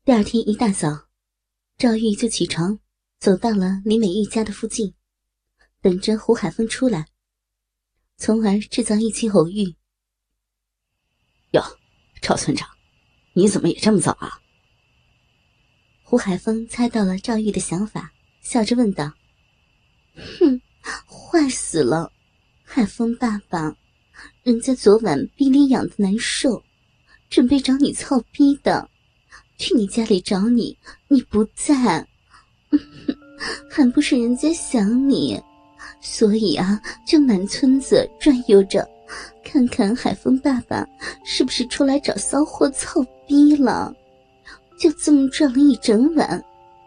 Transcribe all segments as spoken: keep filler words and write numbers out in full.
第二天一大早，赵玉就起床，走到了李美玉家的附近，等着胡海峰出来，从而制造一起偶遇。 哟，赵村长，你怎么也这么早啊？ 胡海峰猜到了赵玉的想法，笑着问道：哼，坏死了，海峰爸爸，人家昨晚逼里痒的难受，准备找你操逼的，去你家里找你，你不在，还不是人家想你，所以啊，就满村子转悠着，看看海峰爸爸是不是出来找骚货操逼了，就这么转了一整晚。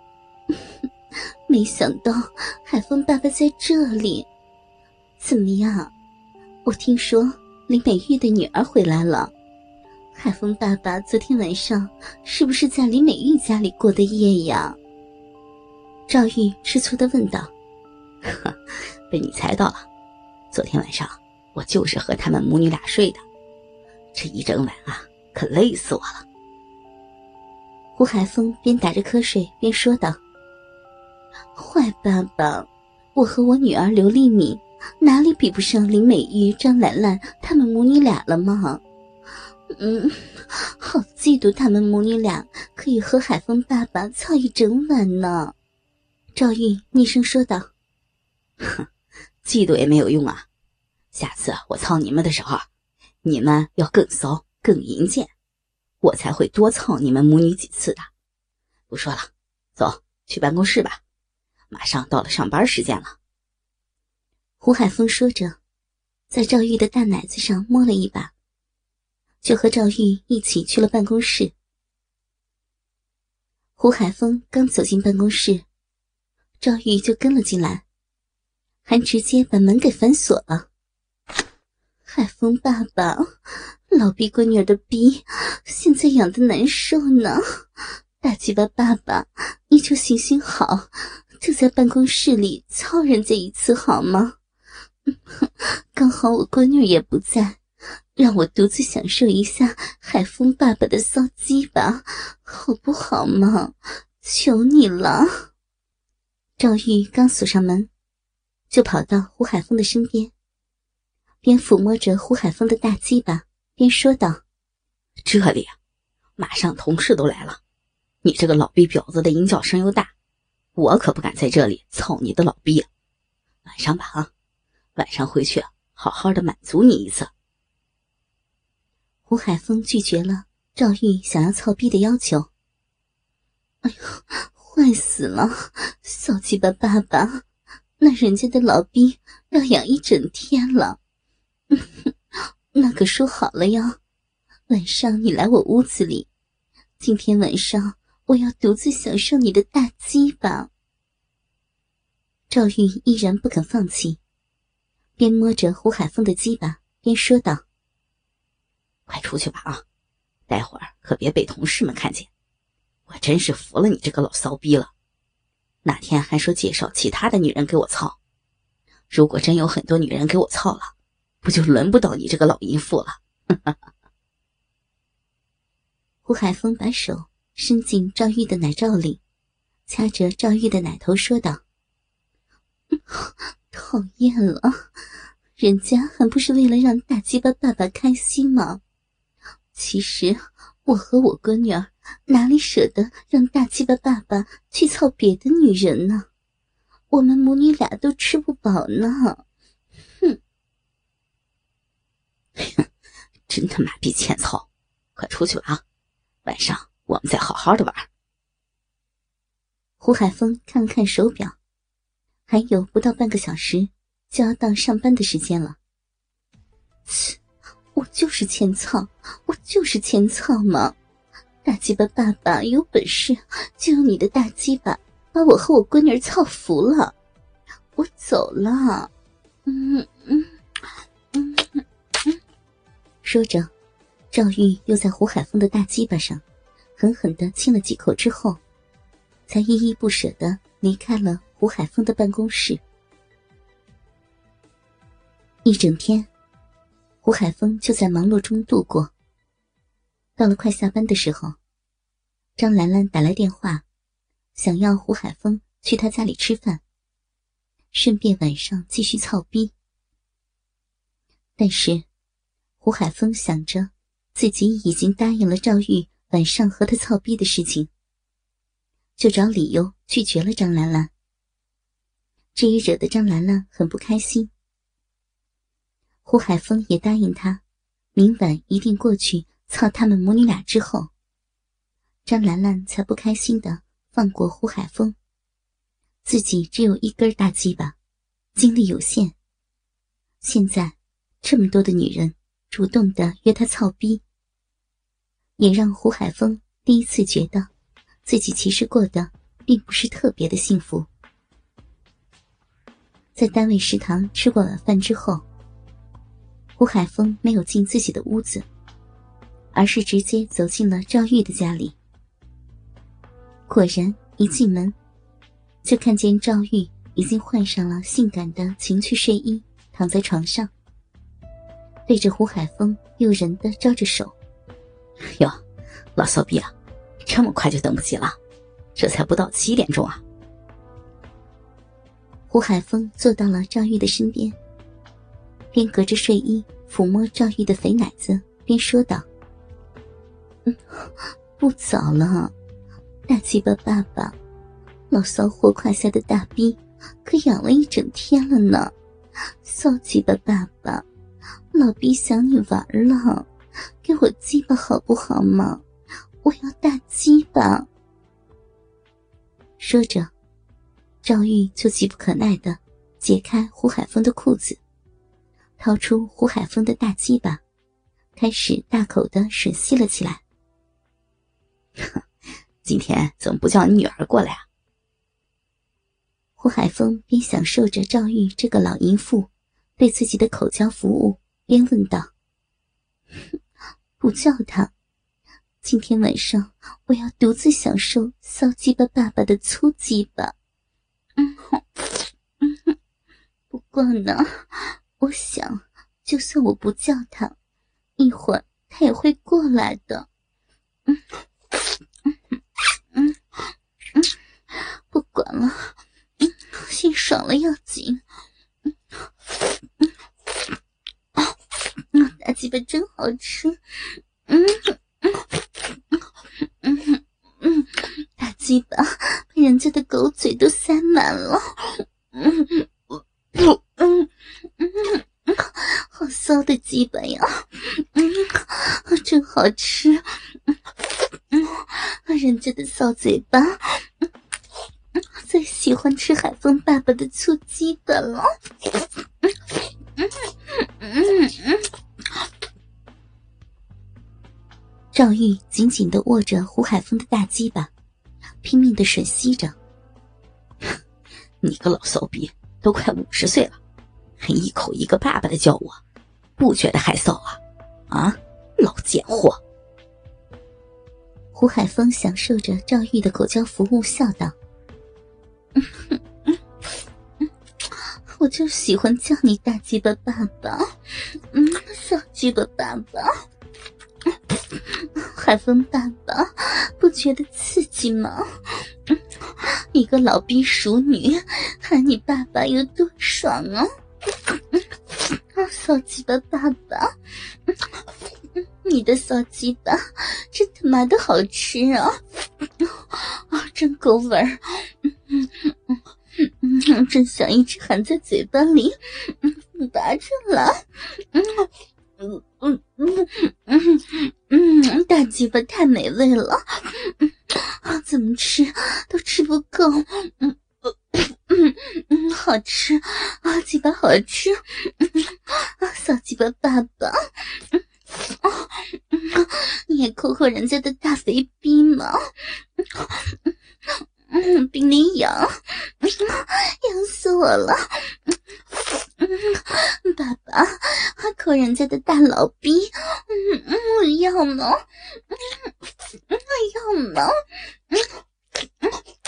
没想到海峰爸爸在这里，怎么样？我听说林美玉的女儿回来了，海峰爸爸昨天晚上是不是在林美玉家里过的夜呀？赵玉吃醋地问道。 被你猜到了，昨天晚上我就是和他们母女俩睡的，这一整晚啊，可累死我了。 胡海峰边打着瞌睡边说道：坏爸爸，我和我女儿刘丽敏哪里比不上林美玉、张兰兰他们母女俩了吗？嗯，好嫉妒他们母女俩可以和海峰爸爸操一整晚呢。赵玉厉声说道。 哼，嫉妒也没有用啊，下次我操你们的时候，你们要更骚更淫贱，我才会多操你们母女几次的。不说了，走去办公室吧，马上到了上班时间了。 胡海峰说着，在赵玉的大奶子上摸了一把，就和赵玉一起去了办公室。胡海峰刚走进办公室，赵玉就跟了进来，还直接把门给反锁了。海峰爸爸，老逼闺女的逼现在痒得难受呢，大鸡巴爸爸，你就行行好，就在办公室里操人家一次好吗？刚好我闺女也不在，让我独自享受一下海峰爸爸的骚鸡巴，好不好嘛？求你了。赵玉刚锁上门，就跑到胡海峰的身边，边抚摸着胡海峰的大鸡巴，边说道： 这里啊，马上同事都来了，你这个老逼婊子的淫叫声又大，我可不敢在这里操你的老逼啊！晚上吧啊，晚上回去好好的满足你一次。 胡海峰拒绝了赵玉想要操逼的要求。哎呦，坏死了，小鸡巴爸爸，那人家的老逼要养一整天了。那可说好了呀，晚上你来我屋子里，今天晚上我要独自享受你的大鸡巴。赵玉依然不肯放弃，边摸着胡海峰的鸡巴边说道： 快出去吧啊，待会儿可别被同事们看见，我真是服了你这个老骚逼了，那天还说介绍其他的女人给我操，如果真有很多女人给我操了，不就轮不到你这个老淫妇了。 胡海峰把手伸进赵玉的奶罩里，掐着赵玉的奶头说道：讨厌了，人家还不是为了让大鸡巴爸爸开心吗？其实我和我闺女儿哪里舍得让大鸡巴爸爸去操别的女人呢？我们母女俩都吃不饱呢。哼！ 真他妈逼欠操，快出去吧啊！晚上我们再好好的玩。 胡海峰看了看手表，还有不到半个小时就要到上班的时间了。切，我就是欠操，我就是欠操嘛！大鸡巴爸爸有本事就用你的大鸡巴把我和我闺女操服了。我走了。嗯嗯嗯嗯。说着，赵玉又在胡海峰的大鸡巴上狠狠地亲了几口之后，才依依不舍地离开了胡海峰的办公室。一整天，胡海峰就在忙碌中度过。到了快下班的时候， 张兰兰打来电话，想要胡海峰去她家里吃饭，顺便晚上继续操逼。但是胡海峰想着自己已经答应了赵玉晚上和他操逼的事情，就找理由拒绝了张兰兰。这也惹得张兰兰很不开心。胡海峰也答应他明晚一定过去操他们母女俩之后，张兰兰才不开心地放过胡海峰。自己只有一根大鸡巴，精力有限，现在这么多的女人主动地约他操逼，也让胡海峰第一次觉得自己其实过得并不是特别的幸福。在单位食堂吃过晚饭之后，胡海峰没有进自己的屋子，而是直接走进了赵玉的家里。果然一进门就看见赵玉已经换上了性感的情趣睡衣，躺在床上，对着胡海峰诱人地招着手。 哟，老骚逼啊，这么快就等不及了？这才不到七点钟啊！ 胡海峰坐到了赵玉的身边，边隔着睡衣抚摸赵玉的肥奶子，边说道：嗯，不早了，大鸡巴爸爸，老骚货胯下的大逼可痒了一整天了呢。骚鸡巴爸爸，老逼想你玩了，给我鸡巴好不好嘛？我要大鸡巴。说着，赵玉就急不可耐地解开胡海峰的裤子，掏出胡海峰的大鸡巴，开始大口地吮吸了起来。 今天怎么不叫你女儿过来啊？ 胡海峰边享受着赵玉这个老淫妇对自己的口交服务，边问道：不叫她，今天晚上我要独自享受骚鸡巴爸爸的粗鸡巴。嗯嗯，不过呢，我想就算我不叫他，一会儿他也会过来的。嗯嗯嗯嗯，不管了，嗯，先爽了要紧。嗯嗯嗯，大鸡巴真好吃。嗯嗯嗯嗯，大鸡巴被人家的狗嘴都塞满了。嗯嗯嗯嗯，好骚的鸡巴呀！嗯，真好吃。嗯，人家的骚嘴巴，最喜欢吃海峰爸爸的粗鸡巴了。嗯嗯嗯嗯。赵玉紧紧地握着胡海峰的大鸡巴，拼命地吮吸着。 你个老骚逼，都快五十岁了，还一口一个爸爸的叫我，不觉得害臊啊？啊，老贱货！ 胡海峰享受着赵玉的口交服务，笑道：嗯嗯嗯，我就喜欢叫你大鸡巴爸爸，嗯，小鸡巴爸爸。海峰爸爸，不觉得刺激吗？嗯，一个老逼熟女喊你爸爸有多爽啊！啊，骚鸡巴爸爸，嗯，你的骚鸡巴真他妈的好吃啊！啊，真够味儿！嗯嗯嗯嗯，真想一直含在嘴巴里，嗯，拔着来。嗯嗯嗯嗯嗯嗯，大鸡巴太美味了，嗯，怎么吃都吃不够，嗯嗯嗯，好吃啊，鸡巴好吃，嗯啊，小鸡巴爸爸，嗯啊嗯，你也抠抠人家的大肥逼嘛，嗯嗯，比你痒，嗯，痒死我了，嗯嗯，爸爸还抠人家的大老逼，嗯嗯，要吗？嗯嗯，要吗？嗯嗯。